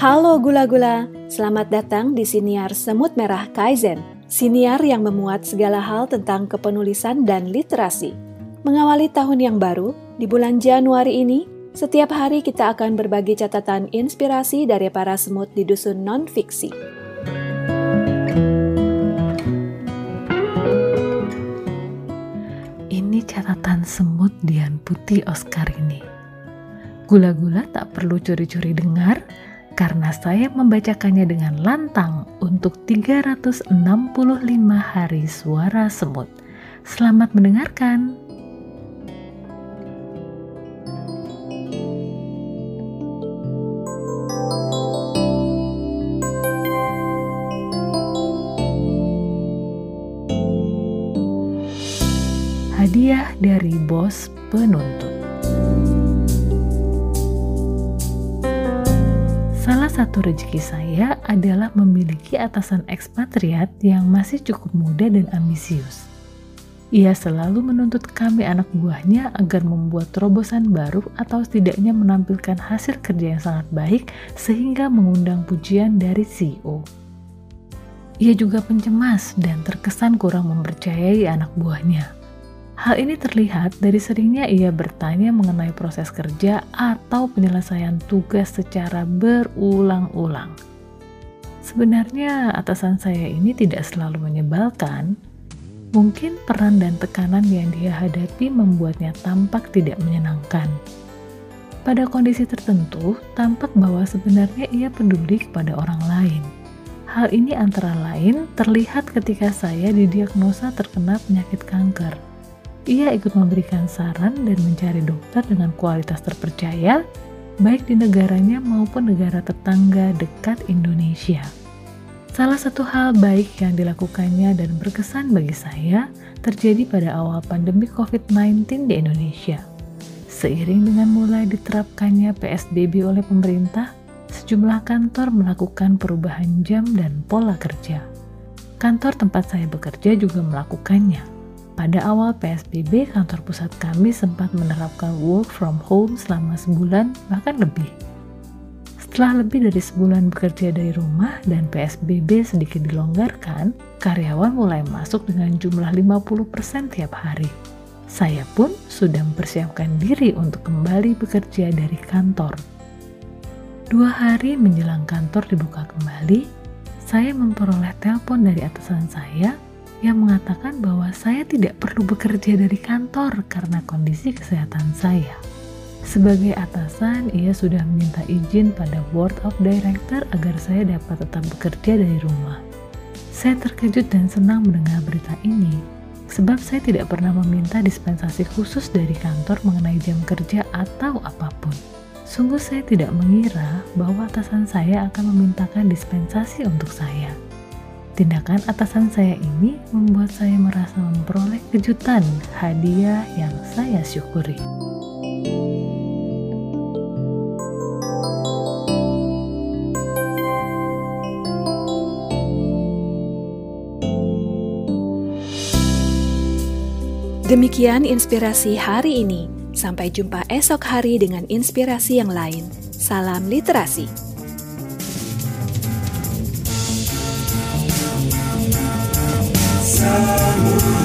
Halo gula-gula, selamat datang di Siniar Semut Merah Kaizen. Siniar yang memuat segala hal tentang kepenulisan dan literasi. Mengawali tahun yang baru, di bulan Januari ini, setiap hari kita akan berbagi catatan inspirasi dari para semut di dusun non-fiksi. Ini catatan semut Dian Putih Oscar ini. Gula-gula tak perlu curi-curi dengar, karena saya membacakannya dengan lantang untuk 365 hari suara semut. Selamat mendengarkan. Hadiah dari bos penuntut. Salah satu rezeki saya adalah memiliki atasan ekspatriat yang masih cukup muda dan ambisius. Ia selalu menuntut kami anak buahnya agar membuat terobosan baru atau setidaknya menampilkan hasil kerja yang sangat baik sehingga mengundang pujian dari CEO. Ia juga pencemas dan terkesan kurang mempercayai anak buahnya. Hal ini terlihat dari seringnya ia bertanya mengenai proses kerja atau penyelesaian tugas secara berulang-ulang. Sebenarnya atasan saya ini tidak selalu menyebalkan. Mungkin peran dan tekanan yang dia hadapi membuatnya tampak tidak menyenangkan. Pada kondisi tertentu, tampak bahwa sebenarnya ia peduli kepada orang lain. Hal ini antara lain terlihat ketika saya didiagnosa terkena penyakit kanker. Ia ikut memberikan saran dan mencari dokter dengan kualitas terpercaya, baik di negaranya maupun negara tetangga dekat Indonesia. Salah satu hal baik yang dilakukannya dan berkesan bagi saya terjadi pada awal pandemi COVID-19 di Indonesia. Seiring dengan mulai diterapkannya PSBB oleh pemerintah, sejumlah kantor melakukan perubahan jam dan pola kerja. Kantor tempat saya bekerja juga melakukannya. Pada awal PSBB, kantor pusat kami sempat menerapkan work from home selama sebulan, bahkan lebih. Setelah lebih dari sebulan bekerja dari rumah dan PSBB sedikit dilonggarkan, karyawan mulai masuk dengan jumlah 50% tiap hari. Saya pun sudah mempersiapkan diri untuk kembali bekerja dari kantor. 2 hari menjelang kantor dibuka kembali, saya memperoleh telepon dari atasan saya yang mengatakan bahwa saya tidak perlu bekerja dari kantor karena kondisi kesehatan saya. Sebagai atasan, ia sudah meminta izin pada Board of Director agar saya dapat tetap bekerja dari rumah. Saya terkejut dan senang mendengar berita ini, sebab saya tidak pernah meminta dispensasi khusus dari kantor mengenai jam kerja atau apapun. Sungguh saya tidak mengira bahwa atasan saya akan memintakan dispensasi untuk saya. Tindakan atasan saya ini membuat saya merasa memperoleh kejutan, hadiah yang saya syukuri. Demikian inspirasi hari ini. Sampai jumpa esok hari dengan inspirasi yang lain. Salam literasi. Semut